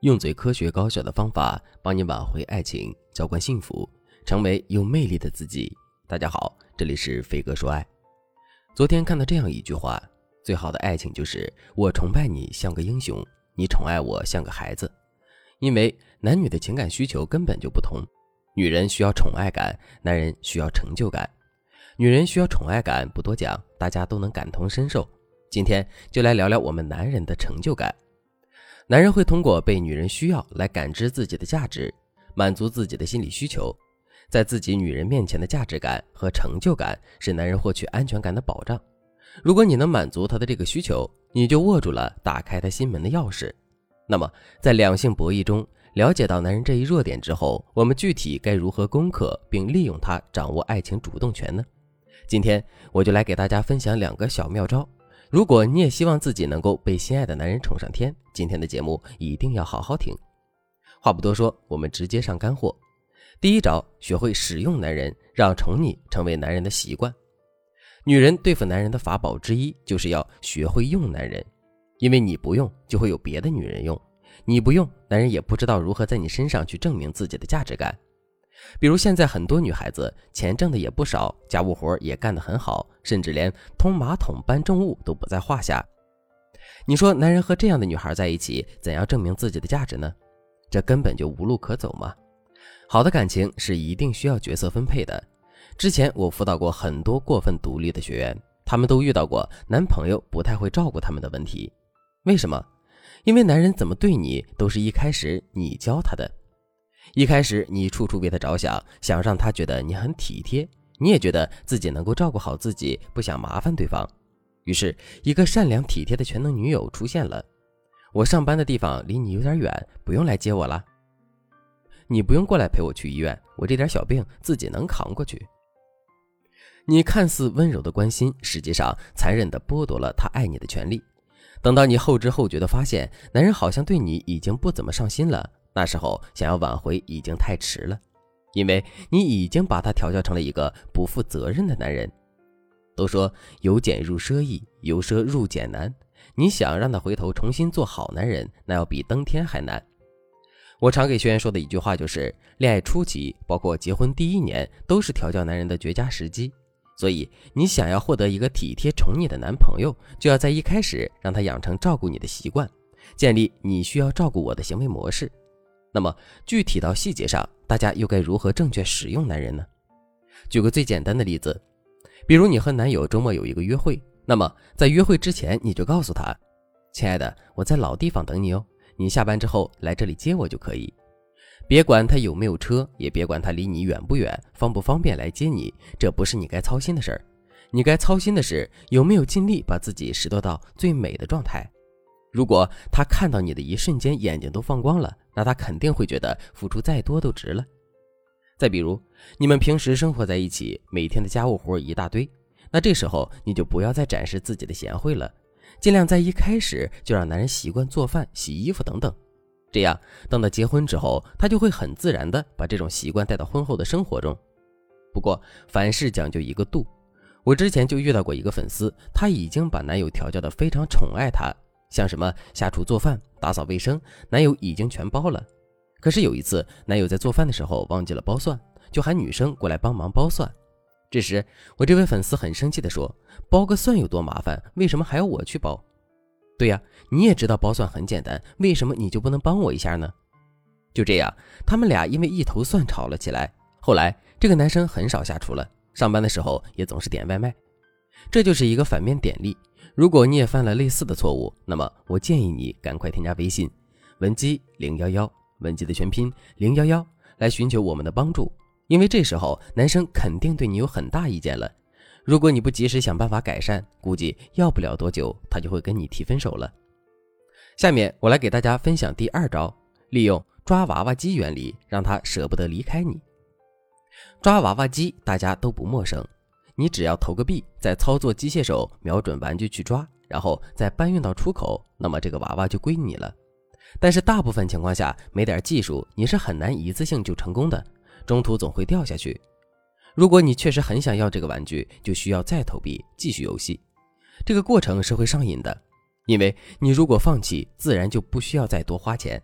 用最科学高效的方法帮你挽回爱情，浇灌幸福，成为有魅力的自己。大家好，这里是飞哥说爱。昨天看到这样一句话，最好的爱情就是我崇拜你像个英雄，你宠爱我像个孩子。因为男女的情感需求根本就不同，女人需要宠爱感，男人需要成就感。女人需要宠爱感不多讲，大家都能感同身受。今天就来聊聊我们男人的成就感。男人会通过被女人需要来感知自己的价值，满足自己的心理需求。在自己女人面前的价值感和成就感是男人获取安全感的保障。如果你能满足他的这个需求，你就握住了打开他心门的钥匙。那么在两性博弈中，了解到男人这一弱点之后，我们具体该如何攻克并利用它掌握爱情主动权呢？今天我就来给大家分享2个小妙招。如果你也希望自己能够被心爱的男人宠上天，今天的节目一定要好好听。话不多说，我们直接上干货。第一招，学会使用男人，让宠你成为男人的习惯。女人对付男人的法宝之一，就是要学会用男人。因为你不用，就会有别的女人用。你不用，男人也不知道如何在你身上去证明自己的价值感。比如现在很多女孩子钱挣的也不少，家务活也干得很好，甚至连通马桶搬重物都不在话下。你说男人和这样的女孩在一起，怎样证明自己的价值呢？这根本就无路可走嘛。好的感情是一定需要角色分配的。之前我辅导过很多过分独立的学员，他们都遇到过男朋友不太会照顾他们的问题。为什么？因为男人怎么对你都是一开始你教他的。一开始你处处为他着想，想让他觉得你很体贴，你也觉得自己能够照顾好自己，不想麻烦对方。于是一个善良体贴的全能女友出现了。我上班的地方离你有点远，不用来接我了。你不用过来陪我去医院，我这点小病自己能扛过去。你看似温柔的关心，实际上残忍地剥夺了他爱你的权利。等到你后知后觉地发现男人好像对你已经不怎么上心了，那时候想要挽回已经太迟了，因为你已经把他调教成了一个不负责任的男人。都说由俭入奢易，由奢入俭难，你想让他回头重新做好男人，那要比登天还难。我常给学员说的一句话就是，恋爱初期包括结婚第1年都是调教男人的绝佳时机。所以你想要获得一个体贴宠你的男朋友，就要在一开始让他养成照顾你的习惯，建立你需要照顾我的行为模式。那么具体到细节上，大家又该如何正确使用男人呢？举个最简单的例子，比如你和男友周末有一个约会，那么在约会之前你就告诉他，亲爱的，我在老地方等你哦，你下班之后来这里接我就可以。别管他有没有车，也别管他离你远不远，方不方便来接你，这不是你该操心的事儿。你该操心的是有没有尽力把自己拾掇到最美的状态。如果他看到你的一瞬间眼睛都放光了，那他肯定会觉得付出再多都值了。再比如你们平时生活在一起，每天的家务活一大堆，那这时候你就不要再展示自己的贤惠了，尽量在一开始就让男人习惯做饭、洗衣服等等。这样等到结婚之后，他就会很自然地把这种习惯带到婚后的生活中。不过凡事讲究一个度，我之前就遇到过一个粉丝，他已经把男友调教得非常宠爱他，像什么下厨做饭、打扫卫生，男友已经全包了。可是有一次男友在做饭的时候忘记了剥蒜，就喊女生过来帮忙剥蒜。这时我这位粉丝很生气地说，剥个蒜有多麻烦，为什么还要我去剥？对呀，你也知道剥蒜很简单，为什么你就不能帮我一下呢？就这样，他们俩因为一头蒜吵了起来。后来这个男生很少下厨了，上班的时候也总是点外卖。这就是一个反面典例。如果你也犯了类似的错误，那么我建议你赶快添加微信文姬011，文姬的全拼011，来寻求我们的帮助。因为这时候男生肯定对你有很大意见了，如果你不及时想办法改善，估计要不了多久他就会跟你提分手了。下面我来给大家分享第2招，利用抓娃娃机原理，让他舍不得离开你。抓娃娃机大家都不陌生，你只要投个币，再操作机械手瞄准玩具去抓，然后再搬运到出口，那么这个娃娃就归你了。但是大部分情况下，没点技术你是很难一次性就成功的，中途总会掉下去。如果你确实很想要这个玩具，就需要再投币继续游戏。这个过程是会上瘾的，因为你如果放弃，自然就不需要再多花钱。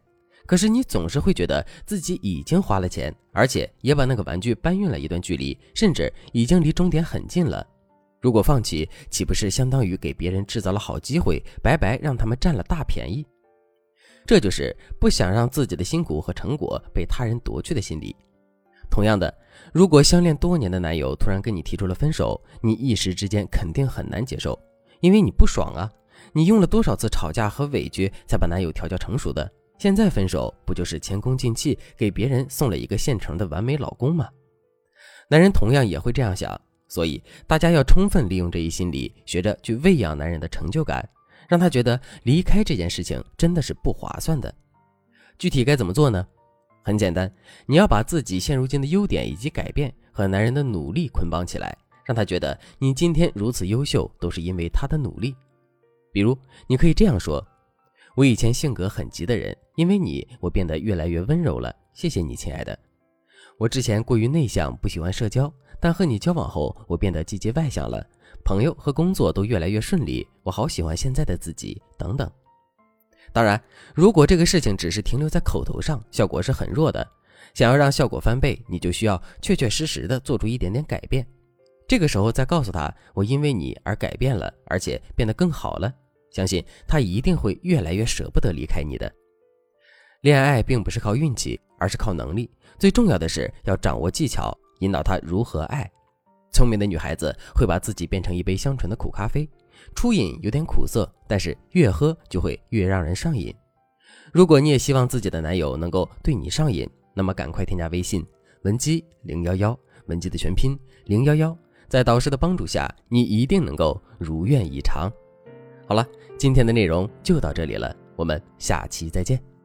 可是你总是会觉得自己已经花了钱，而且也把那个玩具搬运了一段距离，甚至已经离终点很近了。如果放弃，岂不是相当于给别人制造了好机会，白白让他们占了大便宜？这就是不想让自己的辛苦和成果被他人夺去的心理。同样的，如果相恋多年的男友突然跟你提出了分手，你一时之间肯定很难接受，因为你不爽啊，你用了多少次吵架和委屈才把男友调教成熟的，现在分手不就是前功尽弃，给别人送了一个现成的完美老公吗？男人同样也会这样想，所以大家要充分利用这一心理，学着去喂养男人的成就感，让他觉得离开这件事情真的是不划算的。具体该怎么做呢？很简单，你要把自己现如今的优点以及改变和男人的努力捆绑起来，让他觉得你今天如此优秀都是因为他的努力。比如你可以这样说，我以前性格很急的人，因为你我变得越来越温柔了，谢谢你亲爱的。我之前过于内向，不喜欢社交，但和你交往后我变得积极外向了，朋友和工作都越来越顺利，我好喜欢现在的自己等等。当然，如果这个事情只是停留在口头上，效果是很弱的。想要让效果翻倍，你就需要确确实实的做出一点点改变。这个时候再告诉他，我因为你而改变了，而且变得更好了，相信他一定会越来越舍不得离开你的。恋爱并不是靠运气，而是靠能力，最重要的是要掌握技巧，引导他如何爱。聪明的女孩子会把自己变成一杯香醇的苦咖啡，初饮有点苦涩，但是越喝就会越让人上瘾。如果你也希望自己的男友能够对你上瘾，那么赶快添加微信文姬011，文姬的全拼011，在导师的帮助下，你一定能够如愿以偿。好了，今天的内容就到这里了，我们下期再见。